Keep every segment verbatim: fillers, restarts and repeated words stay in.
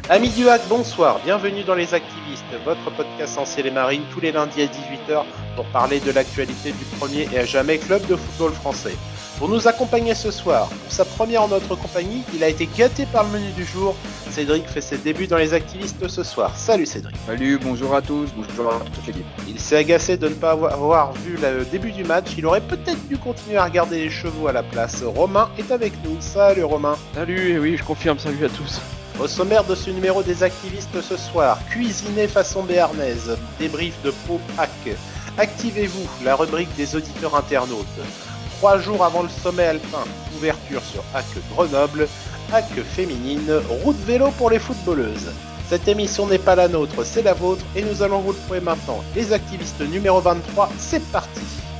Amis du hack, bonsoir, bienvenue dans Les Activistes, votre podcast en ciel et marine tous les lundis à dix-huit heures pour parler de l'actualité du premier et à jamais club de football français. Pour nous accompagner ce soir, pour sa première en notre compagnie, il a été gâté par le menu du jour. Cédric fait ses débuts dans Les Activistes ce soir. Salut Cédric. Salut, bonjour à tous, bonjour à toute l'équipe. Il s'est agacé de ne pas avoir vu le début du match, il aurait peut-être dû continuer à regarder les chevaux à la place. Romain est avec nous, salut Romain. Salut, et oui je confirme, salut à tous. Au sommaire de ce numéro des Activistes ce soir, cuisiner façon béarnaise, débrief de Pau Hack. Activez-vous, la rubrique des auditeurs internautes. Trois jours avant le sommet alpin, ouverture sur Hack Grenoble, Hack féminine, route vélo pour les footballeuses. Cette émission n'est pas la nôtre, c'est la vôtre et nous allons vous le prouver maintenant. Les Activistes numéro vingt-trois, c'est parti.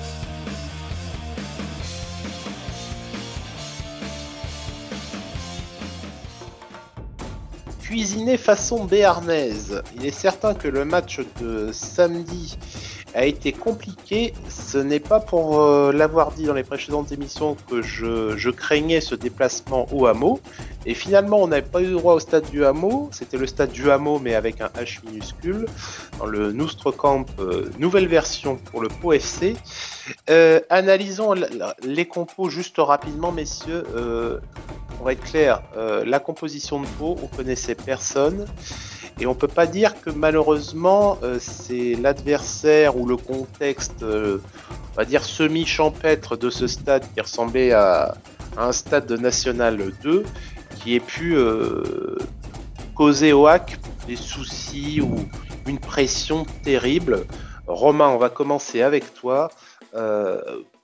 Cuisiner façon béarnaise. Il est certain que le match de samedi a été compliqué. Ce n'est pas pour euh, l'avoir dit dans les précédentes émissions que je, je craignais ce déplacement au hameau. Et finalement, on n'avait pas eu droit au stade du hameau. C'était le stade du hameau, mais avec un H minuscule, dans le Noustrecamp, euh, nouvelle version pour le Pau F C. Euh, analysons l- les compos juste rapidement, messieurs. Euh, on va être clair, euh, la composition de Pau, on connaissait personne. Et on peut pas dire que malheureusement euh, c'est l'adversaire ou le contexte, euh, on va dire semi-champêtre de ce stade qui ressemblait à, à un stade de National deux qui ait pu euh, causer au Hack des soucis ou une pression terrible. Romain, on va commencer avec toi. Euh,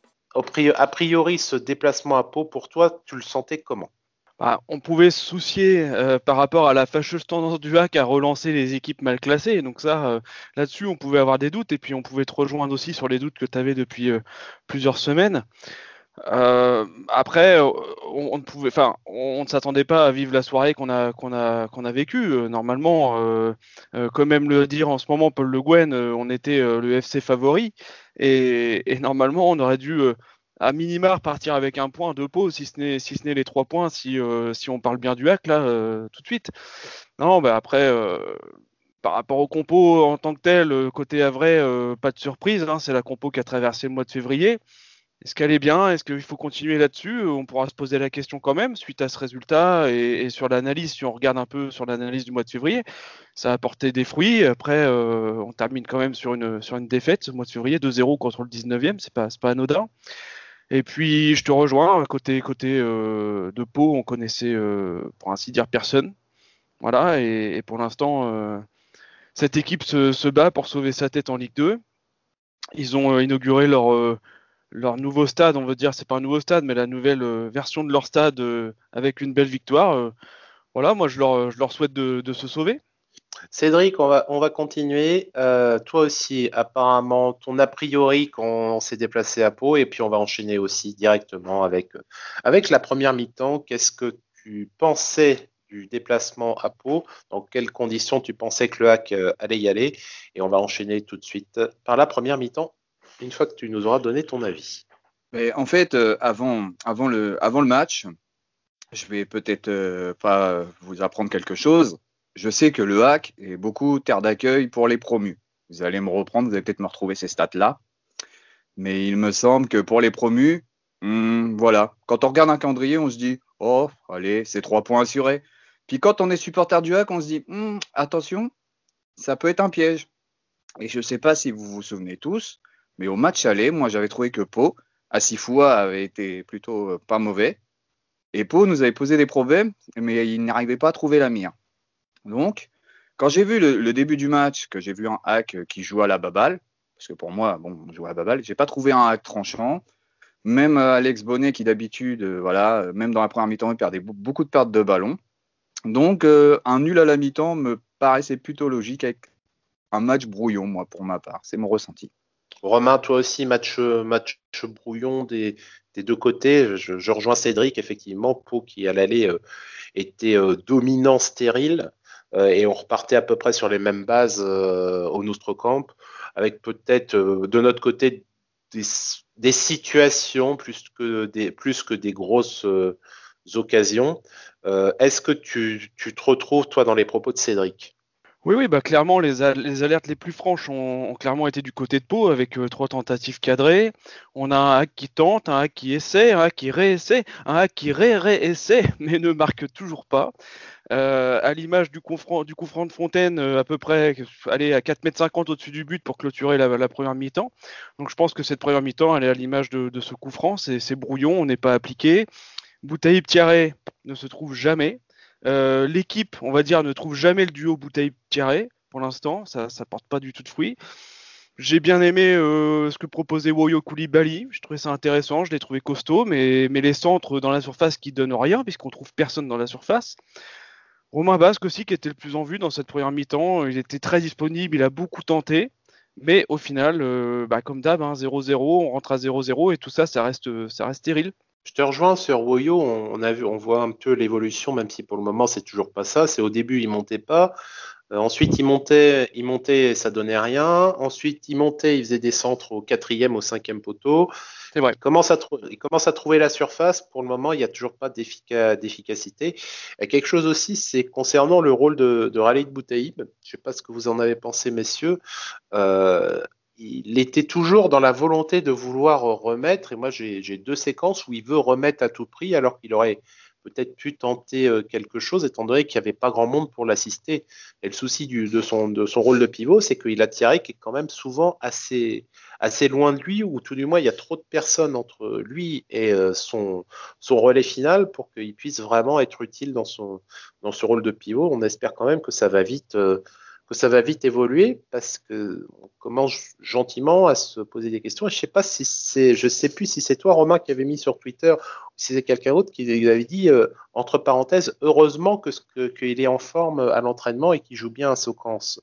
a priori, ce déplacement à Pau, pour toi, tu le sentais comment ? Bah, on pouvait se soucier euh, par rapport à la fâcheuse tendance du hack à relancer les équipes mal classées. Donc ça, euh, là-dessus, on pouvait avoir des doutes. Et puis on pouvait te rejoindre aussi sur les doutes que tu avais depuis euh, plusieurs semaines. Euh, après, on, on ne pouvait, enfin, on, on ne s'attendait pas à vivre la soirée qu'on a qu'on a qu'on a vécue. Euh, normalement, euh, euh, comme même le dire en ce moment Paul Le Guen, euh, on était euh, le F C favori et, et normalement on aurait dû euh, à minima repartir avec un point, deux pots, si ce n'est si ce n'est les trois points, si euh, si on parle bien du hack là euh, tout de suite. Non, bah après. Euh, par rapport au compo en tant que tel, euh, côté Havrais, euh, pas de surprise, hein, c'est la compo qui a traversé le mois de février. Est-ce qu'elle est bien? Est-ce qu'il faut continuer là-dessus? On pourra se poser la question quand même suite à ce résultat et, et sur l'analyse, si on regarde un peu sur l'analyse du mois de février, ça a porté des fruits. Après, euh, on termine quand même sur une, sur une défaite ce mois de février, deux zéro contre le dix-neuvième, c'est pas, c'est pas anodin. Et puis, je te rejoins, côté, côté euh, de Pau, on connaissait, euh, pour ainsi dire, personne. Voilà, et, et pour l'instant, euh, cette équipe se, se bat pour sauver sa tête en Ligue deux. Ils ont euh, inauguré leur... Euh, leur nouveau stade, on veut dire, c'est pas un nouveau stade, mais la nouvelle euh, version de leur stade euh, avec une belle victoire. Euh, voilà, moi je leur, je leur souhaite de, de se sauver. Cédric, on va, on va continuer. Euh, toi aussi, apparemment, ton a priori quand on s'est déplacé à Pau, et puis on va enchaîner aussi directement avec, euh, avec la première mi-temps. Qu'est-ce que tu pensais du déplacement à Pau? Dans quelles conditions tu pensais que le hack euh, allait y aller? Et on va enchaîner tout de suite par la première mi-temps, une fois que tu nous auras donné ton avis. Mais en fait, euh, avant, avant, le, avant le match, je vais peut-être euh, pas vous apprendre quelque chose. Je sais que le hack est beaucoup terre d'accueil pour les promus. Vous allez me reprendre, vous allez peut-être me retrouver ces stats-là. Mais il me semble que pour les promus, hmm, voilà, quand on regarde un calendrier, on se dit, oh, allez, c'est trois points assurés. Puis quand on est supporter du hack, on se dit, hmm, attention, ça peut être un piège. Et je ne sais pas si vous vous souvenez tous, mais au match aller, moi j'avais trouvé que Pau, à six fois, avait été plutôt euh, pas mauvais. Et Pau nous avait posé des problèmes, mais il n'arrivait pas à trouver la mire. Donc, quand j'ai vu le, le début du match, que j'ai vu un hack qui joue à la baballe, parce que pour moi, bon, on joue à la baballe, j'ai pas trouvé un hack tranchant. Même euh, Alex Bonnet, qui d'habitude, euh, voilà, euh, même dans la première mi-temps, il perdait b- beaucoup de pertes de ballon. Donc, euh, un nul à la mi-temps me paraissait plutôt logique avec un match brouillon, moi, pour ma part. C'est mon ressenti. Romain, toi aussi, match, match brouillon des, des deux côtés. Je, je rejoins Cédric, effectivement. Pau qui, à l'aller, euh, était euh, dominant, stérile. Euh, et on repartait à peu près sur les mêmes bases euh, au Noustrecamp, avec peut-être euh, de notre côté des, des situations plus que des, plus que des grosses euh, occasions. Euh, est-ce que tu, tu te retrouves, toi, dans les propos de Cédric? Oui, oui, bah clairement, les, a- les alertes les plus franches ont, ont clairement été du côté de Pau avec euh, trois tentatives cadrées. On a un hack qui tente, un hack qui essaie, un hack qui réessaie, un hack qui ré-ré-essaie, mais ne marque toujours pas. Euh, à l'image du coup franc, du coup franc de Fontaine, euh, à peu près allez, à quatre mètres cinquante au-dessus du but pour clôturer la, la première mi-temps. Donc je pense que cette première mi-temps, elle est à l'image de, de ce coup franc. C'est, c'est brouillon, on n'est pas appliqué. Boutaïb Thierry ne se trouve jamais. Euh, l'équipe, on va dire, ne trouve jamais le duo Boutaïb Thierry pour l'instant. Ça ne porte pas du tout de fruits. J'ai bien aimé euh, ce que proposait Woyo Koulibaly. Je trouvais ça intéressant, je l'ai trouvé costaud, mais, mais les centres dans la surface qui donnent rien, puisqu'on trouve personne dans la surface. Romain Basque aussi, qui était le plus en vue dans cette première mi-temps. Il était très disponible, il a beaucoup tenté. Mais au final, euh, bah, comme d'hab, hein, zéro zéro, on rentre à zéro zéro et tout ça, ça reste, ça reste stérile. Je te rejoins sur Woyo, on, on a vu, on voit un peu l'évolution, même si pour le moment c'est toujours pas ça. C'est au début il montait pas, euh, ensuite il montait, il montait, ça donnait rien. Ensuite il montait, il faisait des centres au quatrième, au cinquième poteau. C'est vrai. Il commence à, trou- il commence à trouver la surface. Pour le moment, il n'y a toujours pas d'effica- d'efficacité. Et quelque chose aussi, c'est concernant le rôle de, de Khalid Boutaïb. Je ne sais pas ce que vous en avez pensé, messieurs. Euh, il était toujours dans la volonté de vouloir remettre. Et moi, j'ai j'ai deux séquences où il veut remettre à tout prix, alors qu'il aurait peut-être pu tenter euh, quelque chose, étant donné qu'il n'y avait pas grand monde pour l'assister. Et le souci du- de, son, de son rôle de pivot, c'est qu'il a Thierry qui est quand même souvent assez, assez loin de lui, ou tout du moins, il y a trop de personnes entre lui et euh, son, son relais final pour qu'il puisse vraiment être utile dans, son, dans ce rôle de pivot. On espère quand même que ça va vite. Euh, que ça va vite évoluer parce que on commence gentiment à se poser des questions. Et je sais pas si c'est, je sais plus si c'est toi, Romain, qui avait mis sur Twitter ou si c'est quelqu'un d'autre qui avait dit, euh, entre parenthèses, heureusement que ce que, qu'il est en forme à l'entraînement et qu'il joue bien à Socance.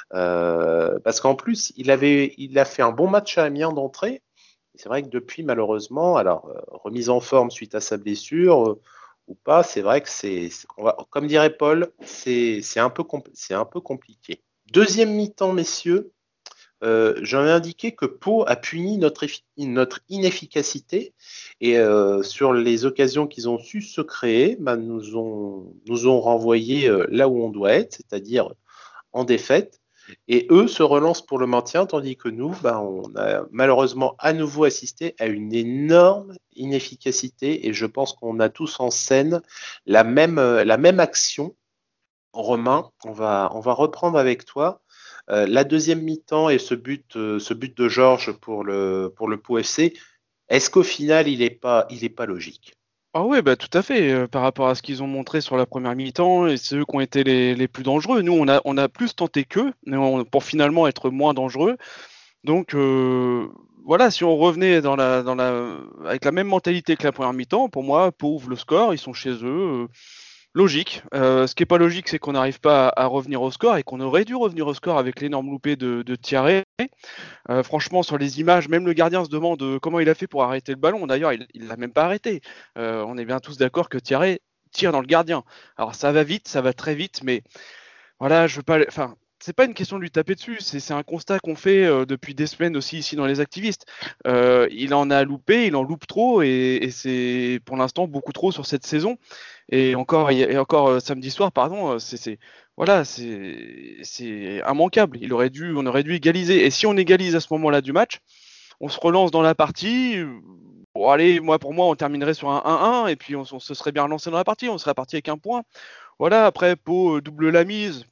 Euh, parce qu'en plus, il avait, il a fait un bon match à Amiens d'entrée. C'est vrai que depuis, malheureusement, alors, euh, remise en forme suite à sa blessure, euh, ou pas, c'est vrai que c'est, c'est- on va, comme dirait Paul, c'est, c'est un peu, compl- c'est un peu compliqué. Deuxième mi-temps, messieurs, euh, j'avais indiqué que Pau a puni notre, effi- notre inefficacité et euh, sur les occasions qu'ils ont su se créer, bah, nous ont, nous ont renvoyé euh, là où on doit être, c'est-à-dire en défaite. Et eux se relancent pour le maintien, tandis que nous, bah, on a malheureusement à nouveau assisté à une énorme inefficacité. Et je pense qu'on a tous en scène la même, euh, la même action. Romain, on va, on va reprendre avec toi. Euh, la deuxième mi-temps et ce but, euh, ce but de Georges pour le, pour le Pau F C, est-ce qu'au final, il n'est pas, il est pas logique? Ah ouais, bah tout à fait. Euh, par rapport à ce qu'ils ont montré sur la première mi-temps, et c'est eux qui ont été les, les plus dangereux. Nous, on a, on a plus tenté qu'eux, mais on- pour finalement être moins dangereux. Donc euh, voilà, si on revenait dans la, dans la, avec la même mentalité que la première mi-temps, pour moi, Pau ouvre le score, ils sont chez eux. euh, Logique. Euh, ce qui est pas logique, c'est qu'on n'arrive pas à, à revenir au score et qu'on aurait dû revenir au score avec l'énorme loupé de, de Thierry. Euh, franchement, sur les images, même le gardien se demande euh, comment il a fait pour arrêter le ballon. D'ailleurs, il ne l'a même pas arrêté. Euh, on est bien tous d'accord que Thierry tire dans le gardien. Alors ça va vite, ça va très vite, mais voilà, je veux pas. Enfin, c'est pas une question de lui taper dessus, c'est c'est un constat qu'on fait euh, depuis des semaines aussi ici dans les activistes. Euh, il en a loupé, il en loupe trop, et, et c'est pour l'instant beaucoup trop sur cette saison. Et encore, et encore euh, samedi soir, pardon, euh, c'est c'est- voilà, c'est c'est immanquable. Il aurait dû, on aurait dû égaliser. Et si on égalise à ce moment-là du match, on se relance dans la partie. Bon, allez, moi pour moi, on terminerait sur un un un et puis on, on se serait bien relancé dans la partie. On serait parti avec un point. Voilà, après, Pau euh, double la mise,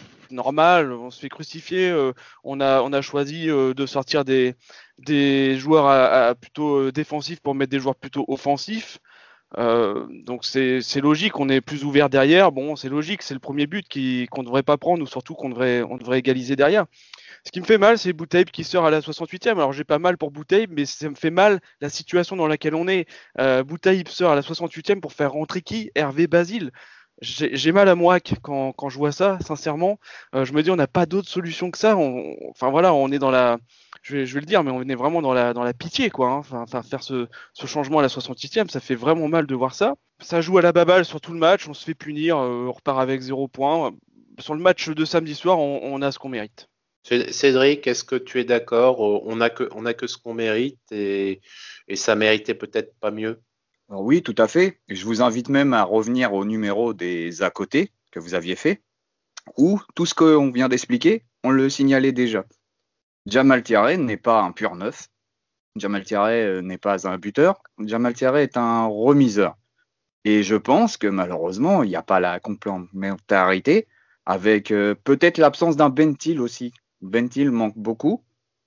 normal, on se fait crucifier. euh, on, a, on a choisi euh, de sortir des, des joueurs à, à plutôt euh, défensifs pour mettre des joueurs plutôt offensifs. Euh, donc c'est c'est logique, on est plus ouvert derrière. Bon, c'est logique, c'est le premier but qui, qu'on ne devrait pas prendre ou surtout qu'on devrait, on devrait égaliser derrière. Ce qui me fait mal, c'est Boutaïb qui sort à la soixante-huitième. Alors j'ai pas mal pour Boutaïb, mais ça me fait mal la situation dans laquelle on est. Euh, Boutaïb sort à la soixante-huitième pour faire rentrer qui? Hervé Basile. J'ai j'ai mal à Mouac quand, quand je vois ça, sincèrement. Euh, je me dis, on n'a pas d'autre solution que ça. On- enfin voilà, on est dans la, je vais, je vais le dire, mais on est vraiment dans la, dans la pitié, quoi. hein. Enfin, enfin, faire ce, ce changement à la soixante-huitième, ça fait vraiment mal de voir ça. Ça joue à la baballe sur tout le match, on se fait punir, euh, on repart avec zéro point. Sur le match de samedi soir, on, on a ce qu'on mérite. Cédric, est-ce que tu es d'accord? On n'a que, on a que ce qu'on mérite et, et ça méritait peut-être pas mieux. Alors oui, tout à fait. Je vous invite même à revenir au numéro des à côté que vous aviez fait, où tout ce qu'on vient d'expliquer, on le signalait déjà. Jamal Thiaré n'est pas un pur neuf. Jamal Thiaré euh, n'est pas un buteur. Jamal Thiaré est un remiseur. Et je pense que malheureusement, il n'y a pas la complémentarité avec euh, peut-être l'absence d'un Bentil aussi. Bentil manque beaucoup.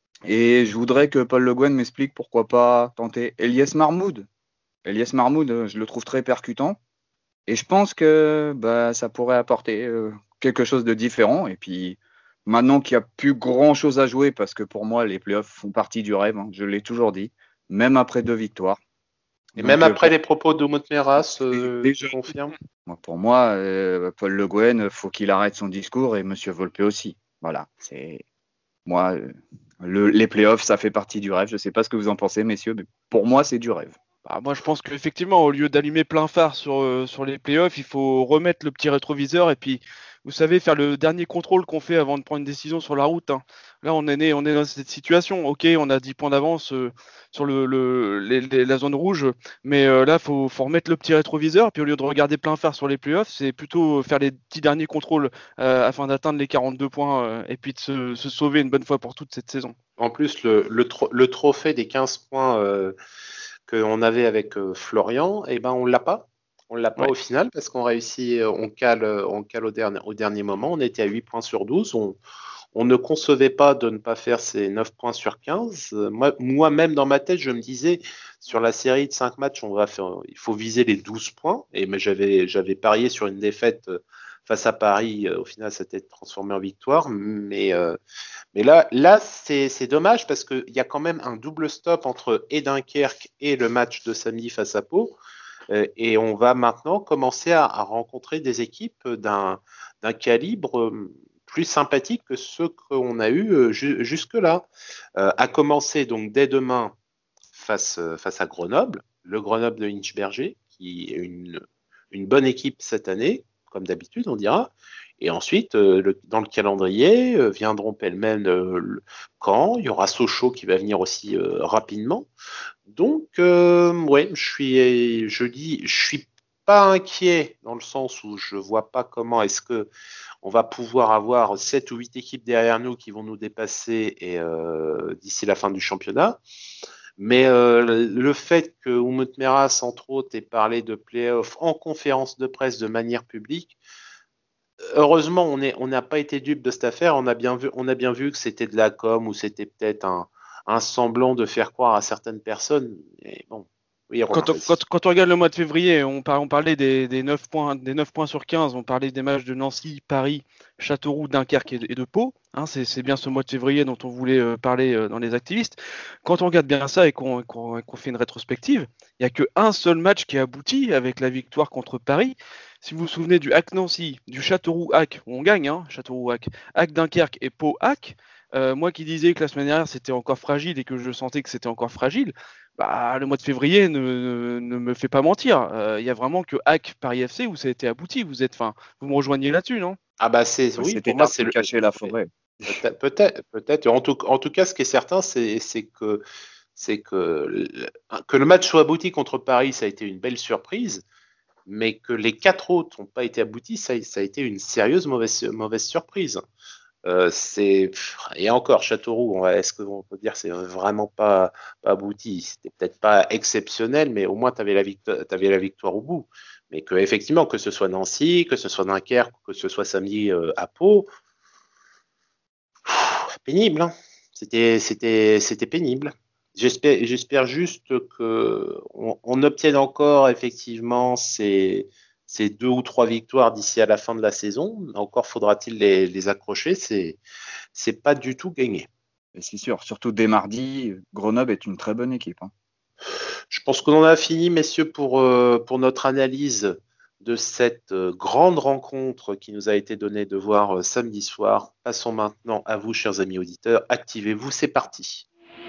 Et je voudrais que Paul Le Guen m'explique pourquoi pas tenter Elias Marmoud. Elias Marmoud, euh, je le trouve très percutant. Et je pense que bah, ça pourrait apporter euh, quelque chose de différent. Et puis maintenant qu'il n'y a plus grand-chose à jouer, parce que pour moi, les playoffs font partie du rêve, hein, je l'ai toujours dit, même après deux victoires. Et Donc, même euh, après pour, les propos de Moutmeras, euh, déjà, tu confirmes? moi, pour moi, euh, Paul Le Guen, faut qu'il arrête son discours et Monsieur Volpe aussi. Voilà, c'est moi, euh, le, les playoffs, ça fait partie du rêve. Je ne sais pas ce que vous en pensez, messieurs, mais pour moi, c'est du rêve. Bah, moi, je pense qu'effectivement, au lieu d'allumer plein phare sur, euh, sur les playoffs, il faut remettre le petit rétroviseur et puis, vous savez, faire le dernier contrôle qu'on fait avant de prendre une décision sur la route, hein. Là, on est, né, on est dans cette situation. Ok, on a dix points d'avance euh, sur le, le, les- les- la zone rouge, mais euh, là, il faut, faut remettre le petit rétroviseur. Puis, au lieu de regarder plein phare sur les playoffs, c'est plutôt faire les petits derniers contrôles euh, afin d'atteindre les quarante-deux points euh, et puis de se, se sauver une bonne fois pour toute cette saison. En plus, le, le, tro- le trophée des quinze points euh, qu'on avait avec euh, Florian, eh ben, on l'a pas. On l'a pas Ouais. au final parce qu'on réussit, euh, on cale, euh, on cale au, dernier, au dernier moment. On était à huit points sur douze. On, on ne concevait pas de ne pas faire ces neuf points sur quinze. Euh, Moi, moi-même, dans ma tête, je me disais, sur la série de cinq matchs, on va faire, il faut viser les douze points. Et mais j'avais, j'avais parié sur une défaite euh, face à Paris. Euh, Au final, ça s'était transformé en victoire. Mais euh, mais là, là c'est c'est dommage parce qu'il y a quand même un double stop entre et Dunkerque et le match de samedi face à Pau. Euh, et on va maintenant commencer à, à rencontrer des équipes d'un d'un calibre euh, plus sympathique que ceux qu'on a eu euh, ju- jusque-là. Euh, à commencer donc dès demain face, euh, face à Grenoble, le Grenoble de Hinchberger, qui est une, une bonne équipe cette année, comme d'habitude, on dira. Et ensuite, euh, le- dans le calendrier, euh, viendront pêle-mêle euh, le Caen, il y aura Sochaux qui va venir aussi euh, rapidement. Donc, euh, ouais, je suis, je dis, je suis pas inquiet dans le sens où je vois pas comment est-ce que on va pouvoir avoir sept ou huit équipes derrière nous qui vont nous dépasser et euh, d'ici la fin du championnat. Mais euh, le fait que Umut Meras, entre autres, ait parlé de playoff en conférence de presse de manière publique, heureusement, on est, on n'a pas été dupe de cette affaire. On a bien vu, on a bien vu que c'était de la com ou c'était peut-être un, un semblant de faire croire à certaines personnes. Et bon, oui, Romain, Quand on, vas-y. quand, quand on regarde le mois de février, on, par- on parlait des, des neuf points, des neuf points sur quinze, on parlait des matchs de Nancy, Paris, Châteauroux, Dunkerque et de, et de Pau. Hein, c'est, c'est bien ce mois de février dont on voulait euh, parler euh, dans les activistes. Quand on regarde bien ça et qu'on, qu'on- qu'on fait une rétrospective, il n'y a qu'un seul match qui a abouti avec la victoire contre Paris. Si vous vous souvenez du Hack Nancy, du Châteauroux Hack, où on gagne, hein, Châteauroux Hack, Hack Dunkerque et Pau Hack, euh, moi qui disais que la semaine dernière c'était encore fragile et que je sentais que c'était encore fragile, bah, le mois de février ne, ne, ne me fait pas mentir. Il euh, y a vraiment que Hack Paris F C où ça a été abouti. Vous êtes, enfin, vous me rejoignez là-dessus, non? Ah bah c'est oui, pour C'était moi un c'est peu le cacher la forêt. peut-être peut-être peut-être. En tout, en tout cas, ce qui est certain, c'est c'est que c'est que le, que le match soit abouti contre Paris, ça a été une belle surprise. Mais que les quatre autres n'ont pas été aboutis, ça, ça a été une sérieuse mauvaise, mauvaise surprise. Euh, c'est et encore Châteauroux, on va- est-ce qu'on peut dire que c'est vraiment pas, pas abouti? C'était peut-être pas exceptionnel, mais au moins tu avais la victoire, t'avais la victoire au bout. Mais que effectivement, que ce soit Nancy, que ce soit Dunkerque, que ce soit samedi euh, à Pau, pff, pénible. Hein. C'était c'était c'était pénible. J'espère j'espère juste que on, on obtienne encore effectivement ces ces deux ou trois victoires d'ici à la fin de la saison. Encore faudra-t-il les, les accrocher. C'est c'est pas du tout gagné. Et c'est sûr, surtout dès mardi, Grenoble est une très bonne équipe, hein. Je pense qu'on en a fini, messieurs, pour, euh, pour notre analyse de cette euh, grande rencontre qui nous a été donnée de voir euh, samedi soir. Passons maintenant à vous, chers amis auditeurs. Activez-vous, c'est parti.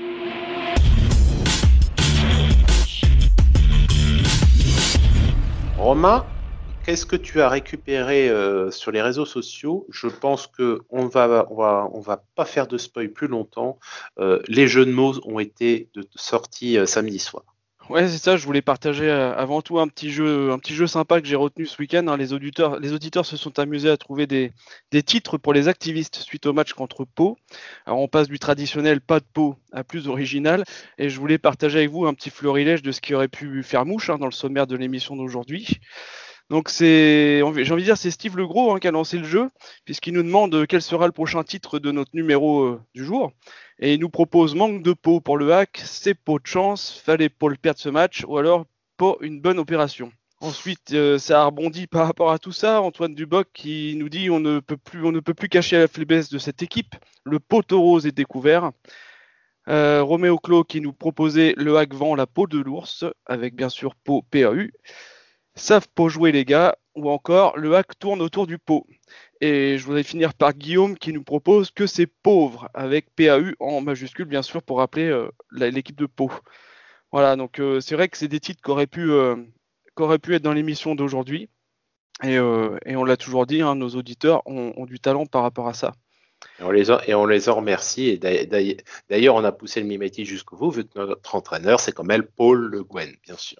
Romain, qu'est-ce que tu as récupéré euh, sur les réseaux sociaux? Je pense que on va, on va, on va pas faire de spoil plus longtemps. Euh, les jeux de mots ont été de, sortis euh, samedi soir. Ouais, c'est ça, je voulais partager euh, avant tout un petit jeu, un petit jeu sympa que j'ai retenu ce week-end, hein. Les auditeurs, les auditeurs se sont amusés à trouver des, des titres pour les activistes suite au match contre Pau. Alors on passe du traditionnel pas de Pau à plus original, et je voulais partager avec vous un petit florilège de ce qui aurait pu faire mouche, hein, dans le sommaire de l'émission d'aujourd'hui. Donc c'est, j'ai envie de dire, c'est Steve Legros, hein, qui a lancé le jeu, puisqu'il nous demande quel sera le prochain titre de notre numéro euh, du jour. Et il nous propose manque de peau pour le hack, c'est peau de chance, fallait pas le perdre ce match, ou alors pas une bonne opération. Ensuite, euh, ça a rebondi par rapport à tout ça. Antoine Duboc qui nous dit on ne peut plus, on ne peut plus cacher la faiblesse de cette équipe. Le poteau rose est découvert. Euh, Roméo Clos qui nous proposait le hack vend la peau de l'ours, avec bien sûr peau P A U. Savent pas jouer les gars, ou encore le hack tourne autour du pot. Et je voudrais finir par Guillaume qui nous propose que c'est pauvre, avec P A U en majuscule bien sûr pour rappeler euh, l'équipe de Pau. Voilà, donc euh, c'est vrai que c'est des titres qui auraient pu, euh, qui auraient pu être dans l'émission d'aujourd'hui. Et, euh, et on l'a toujours dit, hein, nos auditeurs ont, ont du talent par rapport à ça. Et on les, a, et on les en remercie. Et d'ailleurs, on a poussé le mimétisme jusqu'au bout, vu que notre entraîneur, c'est quand même Paul Le Guen, bien sûr.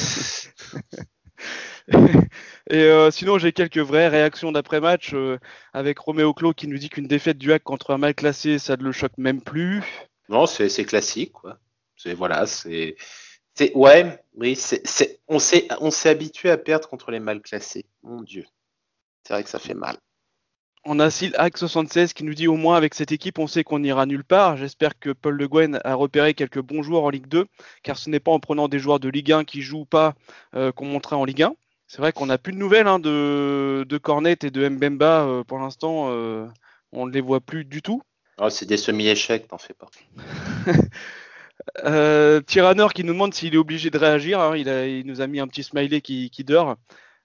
Et euh, sinon, j'ai quelques vraies réactions d'après-match euh, avec Roméo Clos qui nous dit qu'une défaite du hack contre un mal classé, ça ne le choque même plus. Non, c'est classique, quoi. C'est voilà, c'est, c'est ouais, oui, c'est, c'est, on s'est, on s'est habitué à perdre contre les mal classés. Mon Dieu, c'est vrai que ça fait mal. On a Silhack soixante-seize qui nous dit au moins avec cette équipe, on sait qu'on n'ira nulle part. J'espère que Paul Le Guen a repéré quelques bons joueurs en Ligue deux, car ce n'est pas en prenant des joueurs de Ligue un qui jouent pas euh, qu'on montera en Ligue un. C'est vrai qu'on n'a plus de nouvelles, hein, de, de Cornet et de Mbemba euh, pour l'instant. Euh, on ne les voit plus du tout. Oh, c'est des semi-échecs, t'en fais pas. euh, Tyranneur qui nous demande s'il est obligé de réagir. Hein. Il, a, il nous a mis un petit smiley qui, qui dort.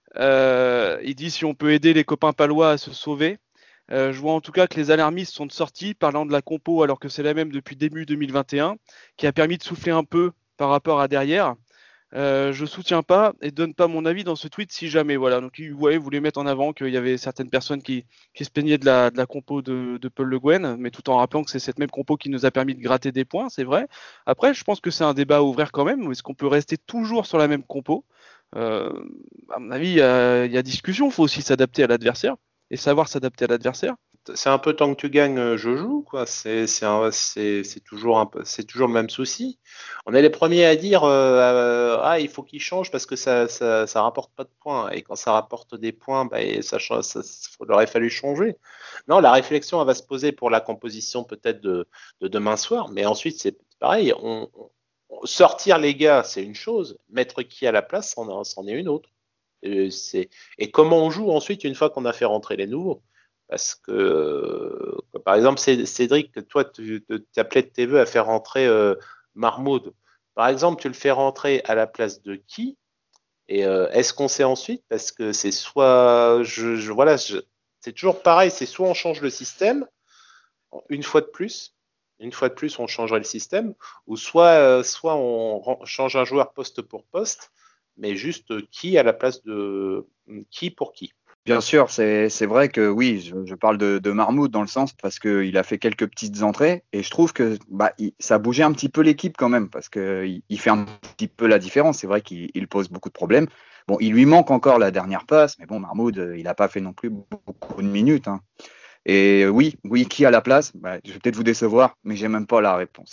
Euh, il dit si on peut aider les copains palois à se sauver. Euh, je vois en tout cas que les alarmistes sont sortis parlant de la compo alors que c'est la même depuis début deux mille vingt et un, qui a permis de souffler un peu par rapport à derrière. Euh, je soutiens pas et donne pas mon avis dans ce tweet si jamais. Voilà, donc il ouais, voulait mettre en avant qu'il y avait certaines personnes qui, qui se plaignaient de la, de la compo de, de Paul Le Guen, mais tout en rappelant que c'est cette même compo qui nous a permis de gratter des points, c'est vrai. Après, je pense que c'est un débat à ouvrir quand même. Est-ce qu'on peut rester toujours sur la même compo? euh, À mon avis, il y a, il y a discussion. Il faut aussi s'adapter à l'adversaire et savoir s'adapter à l'adversaire. C'est un peu tant que tu gagnes, je joue, quoi. C'est toujours, un toujours le même souci. On est les premiers à dire euh, euh, ah, il faut qu'il change parce que ça, ça, ça rapporte pas de points. Et quand ça rapporte des points, bah, ça, ça, ça, il aurait fallu changer. Non, la réflexion elle va se poser pour la composition peut-être de, de demain soir, mais ensuite c'est pareil. On, on, sortir les gars, c'est une chose. Mettre qui à la place, c'en est une autre. Et, et comment on joue ensuite une fois qu'on a fait rentrer les nouveaux? Parce que, euh, par exemple, Cédric, toi, tu appelais de tes voeux à faire rentrer euh, Marmoud. Par exemple, tu le fais rentrer à la place de qui? Et euh, est-ce qu'on sait ensuite? Parce que c'est soit, je, je voilà, c'est toujours pareil, c'est soit on change le système une fois de plus, une fois de plus, on changerait le système, ou soit, euh, soit on change un joueur poste pour poste, mais juste qui à la place de qui pour qui. Bien sûr, c'est vrai que oui, je, je parle de, de Marmoud dans le sens parce qu'il a fait quelques petites entrées et je trouve que bah, il, ça a bougé un petit peu l'équipe quand même parce qu'il il fait un petit peu la différence. C'est vrai qu'il pose beaucoup de problèmes. Bon, il lui manque encore la dernière passe, mais bon, Marmoud, il n'a pas fait non plus beaucoup de minutes. Hein. Et oui, oui, qui à la place? Bah, je vais peut-être vous décevoir, mais j'ai même pas la réponse.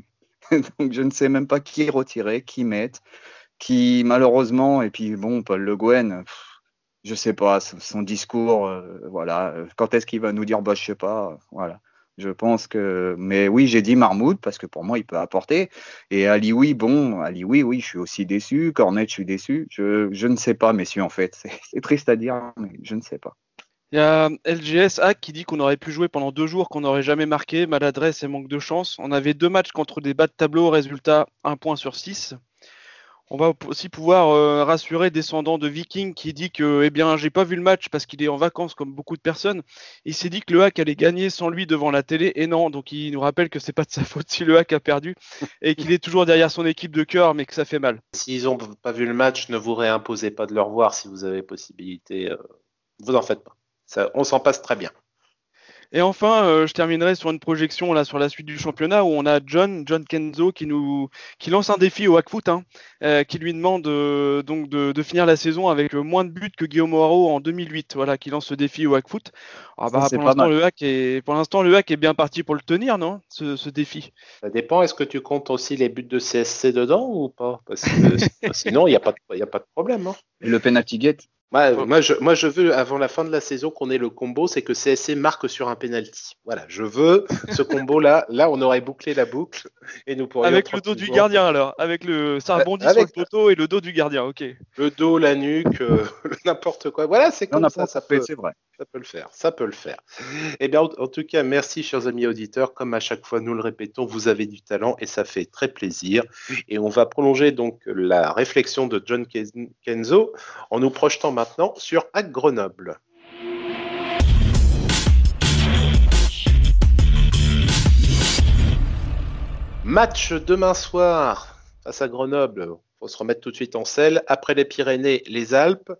Donc je ne sais même pas qui retirer, qui mettre, qui malheureusement, et puis bon, Paul Le Guen. Pff, je sais pas, son discours, euh, voilà. Quand est-ce qu'il va nous dire, bah, je sais pas, voilà. Je pense que, mais oui, j'ai dit Marmoud parce que pour moi, il peut apporter. Et Ali, oui, bon, Ali, oui, oui, je suis aussi déçu. Cornet, je suis déçu. Je, je ne sais pas, messieurs, en fait. C'est triste à dire, mais je ne sais pas. Il y a L G S Hack qui dit qu'on aurait pu jouer pendant deux jours, qu'on n'aurait jamais marqué, maladresse et manque de chance. On avait deux matchs contre des bas de tableau, résultat un point sur six. On va aussi pouvoir euh, rassurer descendant de Viking qui dit que, eh bien, j'ai pas vu le match parce qu'il est en vacances comme beaucoup de personnes. Il s'est dit que le hack allait gagner sans lui devant la télé et non, donc il nous rappelle que c'est pas de sa faute si le hack a perdu et qu'il est toujours derrière son équipe de cœur, mais que ça fait mal. S'ils ont pas vu le match, ne vous réimposez pas de le revoir si vous avez possibilité. Euh, vous en faites pas. Ça, on s'en passe très bien. Et enfin, euh, je terminerai sur une projection là sur la suite du championnat où on a John, John Kenzo qui nous qui lance un défi au Hackfoot, hein, euh, qui lui demande euh, donc de, de finir la saison avec euh, moins de buts que Guillaume Moirot en deux mille huit. Voilà, qui lance ce défi au Hackfoot. Ah Ça, bah c'est pour pas l'instant mal. le Hack est pour l'instant le Hack est bien parti pour le tenir, non? Ce, ce défi. Ça dépend, est-ce que tu comptes aussi les buts de C S C dedans ou pas? Parce que sinon, il n'y a pas de, il y a pas de problème, hein. Et le penalty gate, Moi, Faut- moi, je, moi, je veux, avant la fin de la saison, qu'on ait le combo, c'est que C S C marque sur un penalty. Voilà, je veux ce combo-là. Là, on aurait bouclé la boucle et nous pourrions Avec le dos du tranquillement. gardien alors, avec le ça Euh, rebondit sur le Avec poteau et le dos du gardien. Ok. le dos, la nuque, euh, n'importe quoi. Voilà, c'est on comme n'a ça, pas ça tapé, peut, c'est vrai. ça peut le faire. Ça peut le faire. Eh bien, en, en tout cas, merci, chers amis auditeurs. Comme à chaque fois, nous le répétons, vous avez du talent et ça fait très plaisir. Et on va prolonger donc la réflexion de John Ken- Kenzo en nous projetant maintenant sur A C Grenoble. Match demain soir face à Grenoble. Il faut se remettre tout de suite en selle. Après les Pyrénées, les Alpes.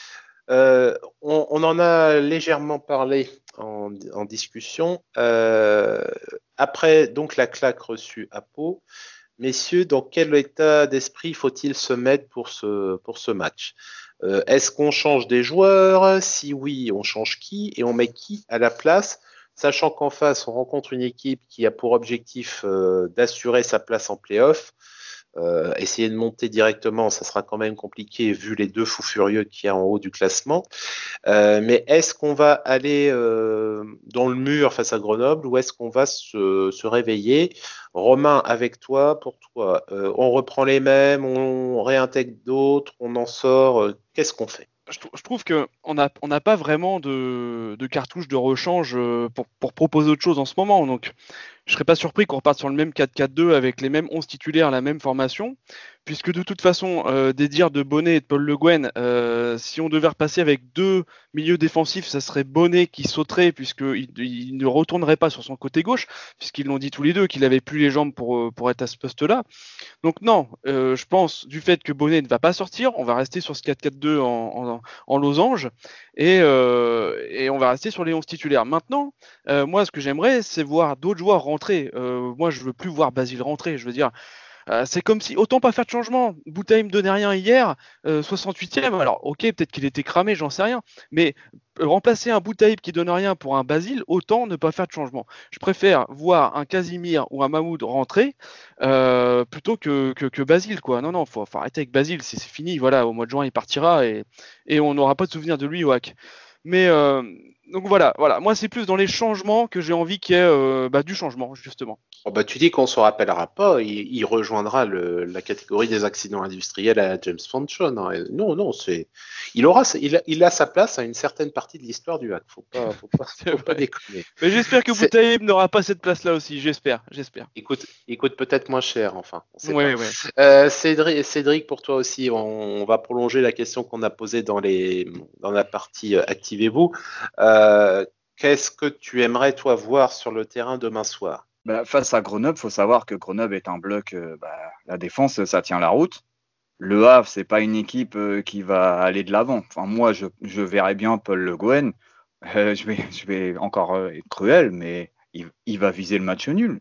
Euh, on, on en a légèrement parlé en, en discussion. Euh, après donc la claque reçue à Pau, messieurs, dans quel état d'esprit faut-il se mettre pour ce, pour ce match? Euh, Est-ce qu'on change des joueurs? Si oui, on change qui? Et on met qui à la place? Sachant qu'en face, on rencontre une équipe qui a pour objectif euh, d'assurer sa place en play-off. Euh, essayer de monter directement, ça sera quand même compliqué vu les deux fous furieux qu'il y a en haut du classement. Euh, mais est-ce qu'on va aller euh, dans le mur face à Grenoble ou est-ce qu'on va se, se réveiller? Romain, avec toi, pour toi, euh, on reprend les mêmes, on réintègre d'autres, on en sort. Euh, qu'est-ce qu'on fait? Je, trou- je trouve que on n'a on n'a pas vraiment de, de cartouche de rechange euh, pour, pour proposer autre chose en ce moment. Donc je serais pas surpris qu'on reparte sur le même quatre quatre deux avec les mêmes onze titulaires, la même formation, puisque de toute façon, euh, des dires de Bonnet et de Paul Le Guen, euh, si on devait repasser avec deux milieux défensifs, ça serait Bonnet qui sauterait, puisqu'il il ne retournerait pas sur son côté gauche, puisqu'ils l'ont dit tous les deux qu'il avait plus les jambes pour, euh, pour être à ce poste-là. Donc non, euh, je pense du fait que Bonnet ne va pas sortir, on va rester sur ce quatre quatre deux en, en, en losange, et, euh, et on va rester sur les onze titulaires. Maintenant, euh, moi, ce que j'aimerais, c'est voir d'autres joueurs rentrer. Euh, moi, je veux plus voir Basile rentrer. Je veux dire, euh, c'est comme si, autant pas faire de changement. Boutaï me donnait rien hier, euh, soixante-huitième. Alors, ok, peut-être qu'il était cramé, j'en sais rien. Mais euh, remplacer un Boutaïb qui donne rien pour un Basile, autant ne pas faire de changement. Je préfère voir un Casimir ou un Mahmoud rentrer euh, plutôt que, que, que Basile, quoi. Non, non, faut, faut arrêter avec Basile. C'est c'est fini. Voilà, au mois de juin, il partira et, et on n'aura pas de souvenir de lui au hack. Mais euh, donc voilà, voilà. Moi, c'est plus dans les changements que j'ai envie qu'il y ait euh, bah, du changement, justement. Oh bah, tu dis qu'on se rappellera pas, il, il rejoindra le, la catégorie des accidents industriels à James Fanchon. Hein. Non, non, c'est, il aura, il a, il a sa place à une certaine partie de l'histoire du hack. Faut pas, faut pas, C'est faut pas vrai. déconner. Mais j'espère que C'est, Boutaïb n'aura pas cette place-là aussi. J'espère, j'espère. il coûte, il coûte peut-être moins cher, enfin, on sait pas. Ouais, ouais. Euh, Cédric, Cédric, pour toi aussi, on, on va prolonger la question qu'on a posée dans les, dans la partie euh, Activez-vous. Euh, qu'est-ce que tu aimerais, toi, voir sur le terrain demain soir? Bah, face à Grenoble, faut savoir que Grenoble est un bloc, euh, bah, la défense, ça tient la route. Le Havre, c'est pas une équipe euh, qui va aller de l'avant. Enfin, moi, je, je verrais bien Paul Le Guen. Euh, je vais, je vais encore euh, être cruel, mais il, il va viser le match nul.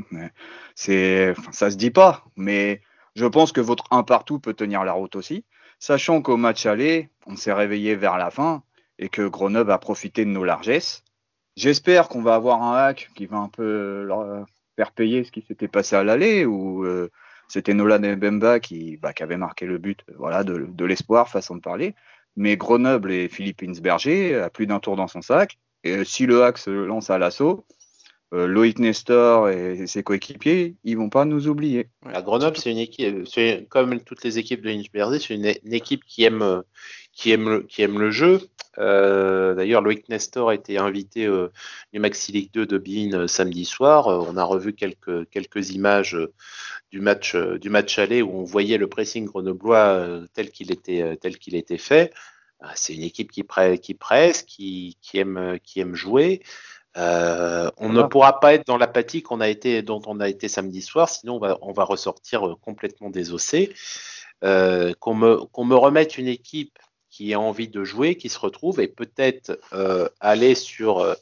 C'est, enfin, ça se dit pas, mais je pense que votre un partout peut tenir la route aussi, sachant qu'au match aller, on s'est réveillé vers la fin et que Grenoble a profité de nos largesses. J'espère qu'on va avoir un hack qui va un peu leur faire payer ce qui s'était passé à l'aller, où euh, c'était Nolan Mbemba qui, bah, qui avait marqué le but, voilà, de, de l'espoir, façon de parler. Mais Grenoble et Philippe Insberger a plus d'un tour dans son sac. Et si le hack se lance à l'assaut, euh, Loïc Nestor et ses coéquipiers, ils vont pas nous oublier. À Grenoble, c'est une équipe, c'est comme toutes les équipes de Inchberger, c'est une, une équipe qui aime, qui aime le, qui aime le jeu. Euh, d'ailleurs, Loïc Nestor a été invité euh, du Maxi League deux de Bein euh, samedi soir. Euh, on a revu quelques, quelques images euh, du match, euh, du match aller où on voyait le pressing grenoblois euh, tel qu'il était, euh, tel qu'il était fait. Euh, c'est une équipe qui, pre- qui presse, qui, qui aime, qui aime jouer. Euh, on Voilà. ne pourra pas être dans l'apathie qu'on a été, dont on a été samedi soir, sinon on va, on va ressortir euh, complètement désossé. Euh, qu'on me, qu'on me remette une équipe qui a envie de jouer, qui se retrouve et peut-être euh, aller sur euh,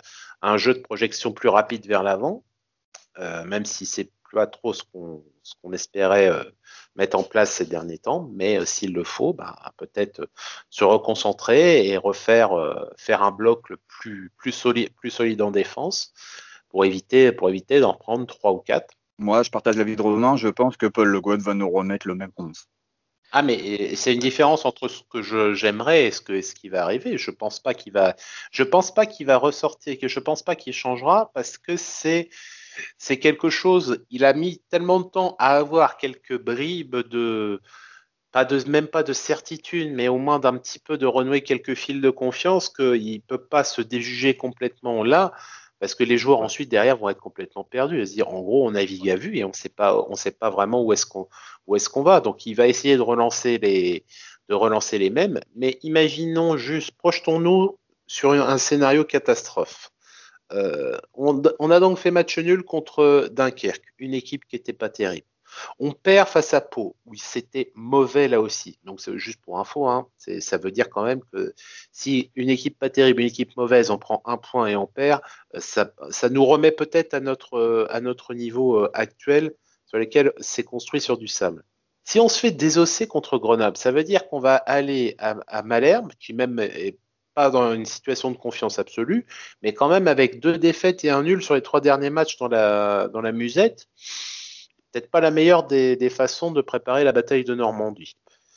un jeu de projection plus rapide vers l'avant, euh, même si c'est pas trop ce qu'on, ce qu'on espérait euh, mettre en place ces derniers temps, mais euh, s'il le faut, bah, peut-être euh, se reconcentrer et refaire euh, faire un bloc le plus, plus, solide, plus solide en défense pour éviter, pour éviter d'en prendre trois ou quatre. Moi, je partage l'avis de Romain, je pense que Paul Le Guen va nous remettre le même onze. Ah, mais c'est une différence entre ce que je, j'aimerais et ce, que, ce qui va arriver. Je pense pas qu'il va, je pense pas qu'il va ressortir, que je pense pas qu'il changera parce que c'est, c'est quelque chose. Il a mis tellement de temps à avoir quelques bribes de, pas de, même pas de certitude, mais au moins d'un petit peu de renouer quelques fils de confiance qu'il peut pas se déjuger complètement là. Parce que les joueurs ensuite derrière vont être complètement perdus. Ils se dire, en gros, on navigue à vue et on sait pas, on sait pas vraiment où est-ce qu'on, où est-ce qu'on va. Donc, il va essayer de relancer les, de relancer les mêmes. Mais imaginons juste, projetons-nous sur un scénario catastrophe. Euh, on, on a donc fait match nul contre Dunkerque, une équipe qui n'était pas terrible. On perd face à Pau, où c'était mauvais là aussi. Donc c'est juste pour info, hein. C'est, ça veut dire quand même que si une équipe pas terrible, une équipe mauvaise, on prend un point et on perd, ça, ça nous remet peut-être à notre, à notre niveau actuel sur lequel c'est construit sur du sable. Si on se fait désosser contre Grenoble, ça veut dire qu'on va aller à, à Malherbe, qui même est pas dans une situation de confiance absolue, mais quand même avec deux défaites et un nul sur les trois derniers matchs dans la, dans la musette. Peut-être pas la meilleure des, des façons de préparer la bataille de Normandie.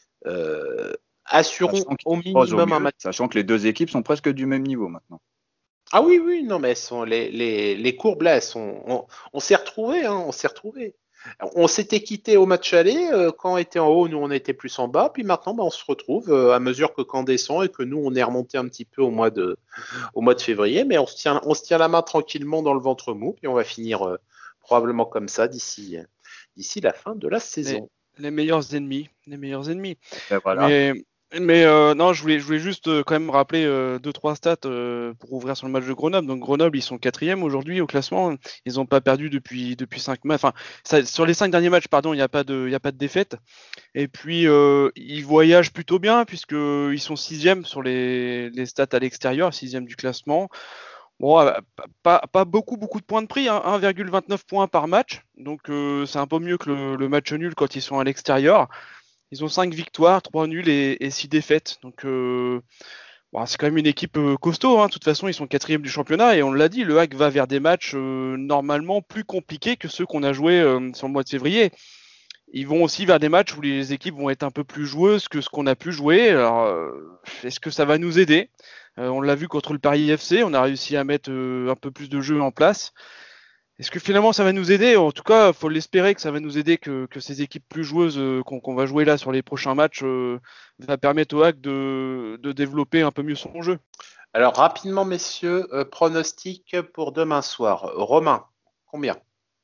Euh, assurons au minimum au un match. Sachant que les deux équipes sont presque du même niveau maintenant. Ah oui, oui, non, mais elles sont, les, les, les courbes là, elles sont, on, on s'est retrouvés, hein, on s'est retrouvés. On s'était quitté au match aller, euh, quand on était en haut, nous on était plus en bas, puis maintenant bah, on se retrouve euh, à mesure que Caen descend et que nous on est remonté un petit peu au mois de, au mois de février, mais on se tient, on se tient la main tranquillement dans le ventre mou, puis on va finir euh, probablement comme ça d'ici. d'ici la fin de la saison. Les, les meilleurs ennemis, les meilleurs ennemis. Ben voilà. Mais, mais euh, non, je voulais, je voulais juste euh, quand même rappeler euh, deux trois stats euh, pour ouvrir sur le match de Grenoble. Donc Grenoble, ils sont quatrième aujourd'hui au classement. Ils n'ont pas perdu depuis depuis cinq matchs. Enfin, ça, sur les cinq derniers matchs, pardon, il n'y a pas de, il y a pas de défaite. Et puis euh, ils voyagent plutôt bien puisque ils sont sixième sur les, les stats à l'extérieur, sixième du classement. Bon, euh, pas, pas beaucoup, beaucoup de points de prix, hein, un virgule vingt-neuf points par match. Donc, euh, c'est un peu mieux que le, le match nul quand ils sont à l'extérieur. Ils ont cinq victoires, trois nuls et, et six défaites. Donc, euh, bon, c'est quand même une équipe euh, costaud. Hein. De toute façon, ils sont quatrième du championnat et on l'a dit, le Hack va vers des matchs euh, normalement plus compliqués que ceux qu'on a joués euh, sur le mois de février. Ils vont aussi vers des matchs où les équipes vont être un peu plus joueuses que ce qu'on a pu jouer. Alors, euh, est-ce que ça va nous aider ? euh, On l'a vu contre le Paris F C, on a réussi à mettre euh, un peu plus de jeu en place. Est-ce que finalement ça va nous aider ? En tout cas, il faut l'espérer que ça va nous aider, que, que ces équipes plus joueuses euh, qu'on, qu'on va jouer là sur les prochains matchs euh, va permettre au Hack de, de développer un peu mieux son jeu. Alors rapidement, messieurs, euh, pronostic pour demain soir. Romain, combien ?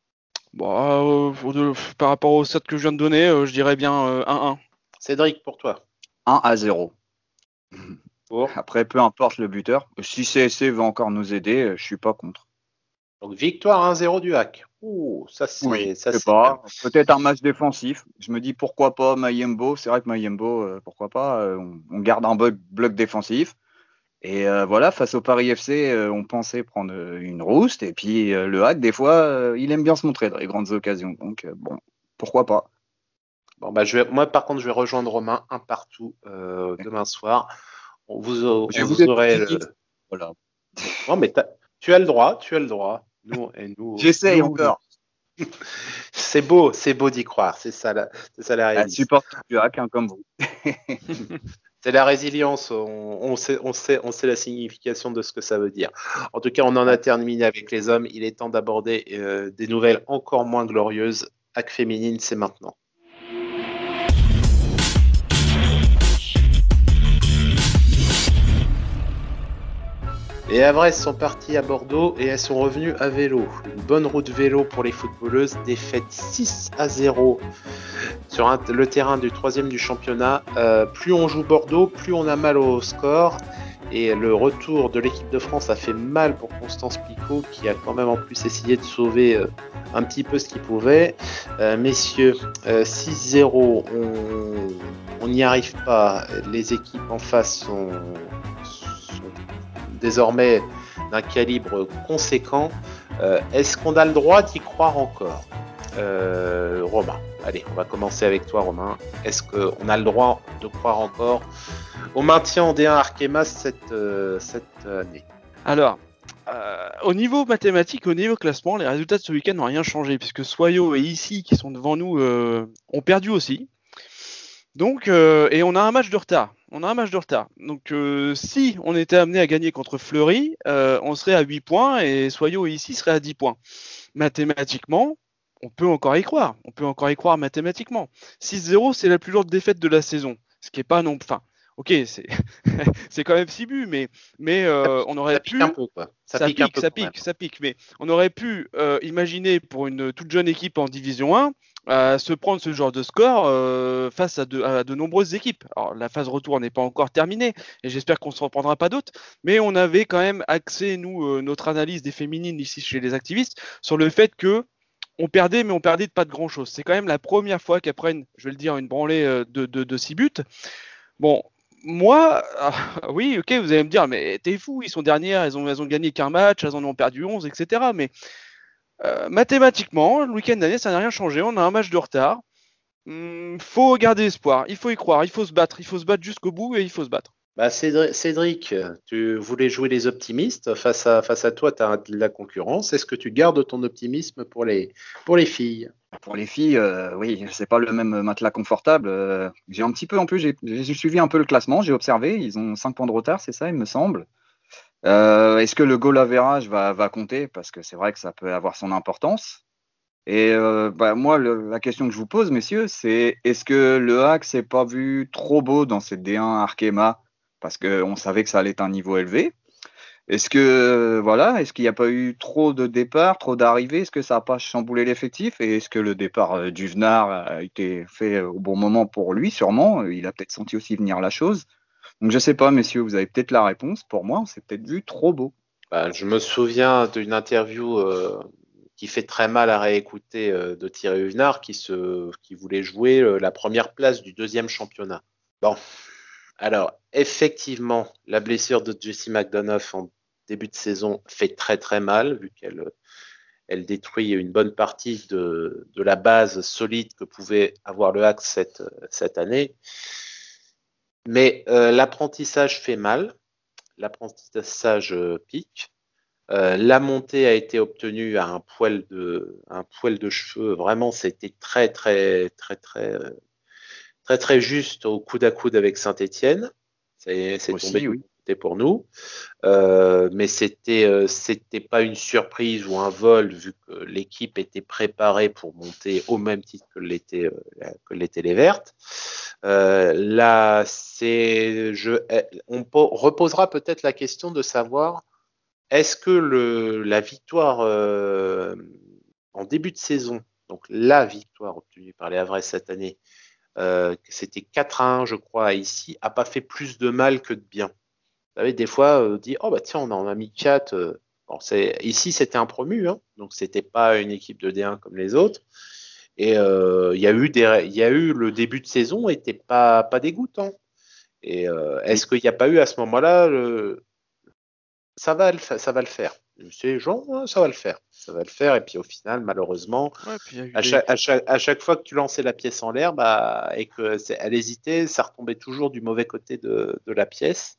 Bon, euh, de, par rapport au set que je viens de donner, euh, je dirais bien euh, un un. Cédric, pour toi ? un à zéro. Pour ? Après, peu importe le buteur. Si C S C va encore nous aider, je suis pas contre. Donc victoire un zéro du Hack. Ouh, ça c'est, Oui, ça je sais c'est pas. bien. Peut-être un match défensif. Je me dis pourquoi pas Mayembo. C'est vrai que Mayembo, euh, pourquoi pas. euh, on, on garde un bloc, bloc défensif. Et euh, voilà, face au Paris F C, euh, on pensait prendre euh, une rouste. Et puis euh, le Hack, des fois, euh, il aime bien se montrer dans les grandes occasions. Donc euh, bon, pourquoi pas. Bon bah je vais, moi par contre je vais rejoindre Romain un partout euh, demain soir. On vous, on Je vais vous vous aurez. être Le... Voilà. Non mais tu as le droit, tu as le droit. Nous et nous. J'essaye nous, encore. C'est beau, c'est beau d'y croire. C'est ça la, c'est ça la réalité. Supporter du Hack, hein, comme vous. C'est la résilience, on, on, sait, on, sait, on sait la signification de ce que ça veut dire. En tout cas, on en a terminé avec les hommes. Il est temps d'aborder euh, des nouvelles encore moins glorieuses. Hack féminine, c'est maintenant. Les Havraises sont parties à Bordeaux et elles sont revenues à vélo. Une bonne route vélo pour les footballeuses, défaite six à zéro sur un, le terrain du troisième du championnat. Euh, plus on joue Bordeaux, plus on a mal au score. Et le retour de l'équipe de France a fait mal pour Constance Picot, qui a quand même en plus essayé de sauver euh, un petit peu ce qu'il pouvait. Euh, messieurs, euh, six zéro, on n'y arrive pas. Les équipes en face sont, sont désormais d'un calibre conséquent. Euh, est-ce qu'on a le droit d'y croire encore? euh, Romain, allez, on va commencer avec toi, Romain. Est-ce qu'on a le droit de croire encore au maintien en D un Arkema cette, euh, cette année? Alors, euh, au niveau mathématique, au niveau classement, les résultats de ce week-end n'ont rien changé, puisque Soyo et Ici, qui sont devant nous, euh, ont perdu aussi. Donc, euh, et on a un match de retard. On a un match de retard. Donc, euh, si on était amené à gagner contre Fleury, euh, on serait à huit points et Soyo et Ici seraient à dix points. Mathématiquement, on peut encore y croire. On peut encore y croire mathématiquement. six zéro, c'est la plus lourde défaite de la saison. Ce qui est pas non... Enfin, ok, c'est, c'est quand même six buts, mais, mais euh, on aurait ça pu... pique un peu, quoi. Ça, Ça pique, pique, un peu ça quand même. pique, ça pique. Mais on aurait pu euh, imaginer pour une toute jeune équipe en Division un euh, se prendre ce genre de score euh, face à de, à de nombreuses équipes. Alors la phase retour n'est pas encore terminée et j'espère qu'on ne se reprendra pas d'autres. Mais on avait quand même axé nous euh, notre analyse des féminines ici chez les activistes sur le fait que on perdait, mais on perdait de pas de grand chose. C'est quand même la première fois qu'elles prennent, je vais le dire, une branlée euh, de, de, de six buts. Bon. Moi, ah, oui, ok, vous allez me dire, mais t'es fou, ils sont dernières, elles ont, elles ont gagné qu'un match, elles en ont perdu onze, et cetera. Mais euh, mathématiquement, le week-end dernier, ça n'a rien changé, on a un match de retard. Hum, faut garder espoir, il faut y croire, il faut se battre, il faut se battre jusqu'au bout et il faut se battre. Bah Cédric, Cédric, tu voulais jouer les optimistes. Face à, face à toi, tu as de la concurrence. Est-ce que tu gardes ton optimisme pour les, pour les filles? Pour les filles, euh, oui, c'est pas le même matelas confortable. Euh, j'ai un petit peu, en plus, j'ai, j'ai suivi un peu le classement, j'ai observé, ils ont cinq points de retard, c'est ça, il me semble. Euh, est-ce que le goal average va, va compter? Parce que c'est vrai que ça peut avoir son importance. Et euh, bah, moi, le, la question que je vous pose, messieurs, c'est est-ce que le Hack s'est pas vu trop beau dans cette D un Arkema? Parce qu'on savait que ça allait être un niveau élevé. Est-ce que voilà, est-ce qu'il n'y a pas eu trop de départs, trop d'arrivées? Est-ce que ça n'a pas chamboulé l'effectif? Et est-ce que le départ euh, du Venard a été fait au bon moment pour lui? Sûrement, il a peut-être senti aussi venir la chose. Donc je sais pas, messieurs, vous avez peut-être la réponse. Pour moi, on s'est peut-être vu trop beau. Bah, je me souviens d'une interview euh, qui fait très mal à réécouter euh, de Thierry Huvenard qui, se, qui voulait jouer euh, la première place du deuxième championnat. Bon, alors effectivement, la blessure de Jessie McDonough en début de saison fait très très mal vu qu'elle elle détruit une bonne partie de, de la base solide que pouvait avoir le Hack cette, cette année. Mais euh, l'apprentissage fait mal, l'apprentissage euh, pique. Euh, la montée a été obtenue à un poil de, un poil de cheveux. Vraiment, c'était très, très, très, très, très, très, très juste au coude à coude avec Saint-Étienne. C'est, c'est Aussi, tombé oui. pour nous. Euh, mais c'était, euh, c'était pas une surprise ou un vol vu que l'équipe était préparée pour monter au même titre que l'étaient, euh, que l'étaient les Vertes. Euh, là, c'est, je, on reposera peut-être la question de savoir est-ce que le, la victoire euh, en début de saison, donc la victoire obtenue par les Havrais cette année, euh, c'était quatre à un, je crois, ici, a pas fait plus de mal que de bien. Vous savez, des fois, on dit, oh bah tiens, on en a mis quatre. Euh, bon, c'est, ici, c'était un promu, hein, donc c'était pas une équipe de D un comme les autres. Et euh, il y a eu des, il y a eu le début de saison était pas pas dégoûtant. Et euh, est-ce qu'il n'y a pas eu à ce moment-là le, ça va le, ça va le faire. C'est Jean, hein, ça va le faire, ça va le faire. Et puis au final, malheureusement, Ouais, puis il y a eu à des- chaque, à, chaque, à chaque fois que tu lançais la pièce en l'air, bah, et que c'est, elle hésitait, ça retombait toujours du mauvais côté de, de la pièce.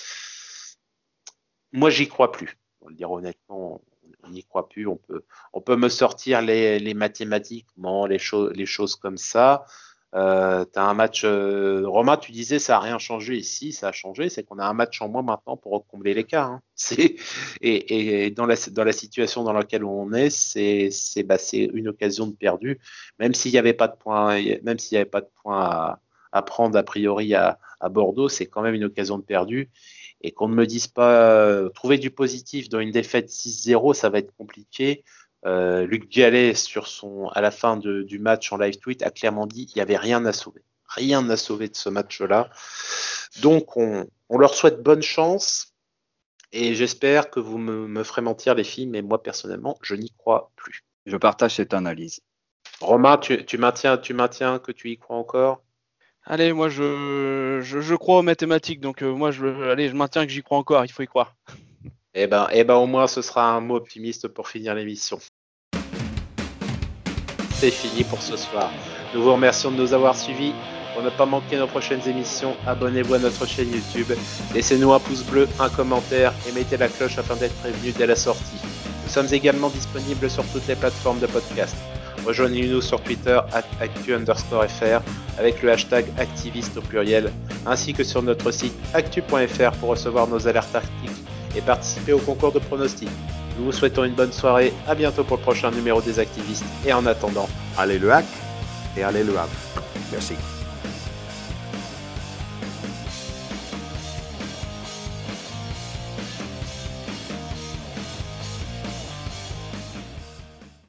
Moi, j'y crois plus. Pour le dire honnêtement, on n'y croit plus. On peut, on peut me sortir les, les mathématiques, bon, les, cho- les choses comme ça. Euh, tu as un match. Euh, Romain, tu disais ça n'a rien changé ici, ça a changé. C'est qu'on a un match en moins maintenant pour combler l'écart. Hein. C'est, et et dans, la, dans la situation dans laquelle on est, c'est, c'est, bah, c'est une occasion de perdu. Même s'il n'y avait pas de points, même s'il n'y avait pas de points à, à prendre a priori à, à Bordeaux, c'est quand même une occasion de perdu. Et qu'on ne me dise pas euh, trouver du positif dans une défaite six zéro, ça va être compliqué. Euh, Luc Gallet, sur son, à la fin de, du match en live tweet, a clairement dit qu'il n'y avait rien à sauver. Rien à sauver de ce match-là. Donc, on, on leur souhaite bonne chance. Et j'espère que vous me, me ferez mentir, les filles, mais moi, personnellement, je n'y crois plus. Je partage cette analyse. Romain, tu, tu, maintiens, tu maintiens que tu y crois encore? Allez, moi je, je, je crois aux mathématiques, donc euh, moi je, allez, je maintiens que j'y crois encore, il faut y croire. Eh ben, eh ben, au moins, ce sera un mot optimiste pour finir l'émission. C'est fini pour ce soir. Nous vous remercions de nous avoir suivis. Pour ne pas manquer nos prochaines émissions, abonnez-vous à notre chaîne YouTube, laissez-nous un pouce bleu, un commentaire et mettez la cloche afin d'être prévenu dès la sortie. Nous sommes également disponibles sur toutes les plateformes de podcast. Rejoignez-nous sur Twitter at actu underscore fr avec le hashtag activiste au pluriel, ainsi que sur notre site actu point f r pour recevoir nos alertes articles et participer au concours de pronostics. Nous vous souhaitons une bonne soirée, à bientôt pour le prochain numéro des activistes et en attendant, allez le hack et allez le Havre. Merci.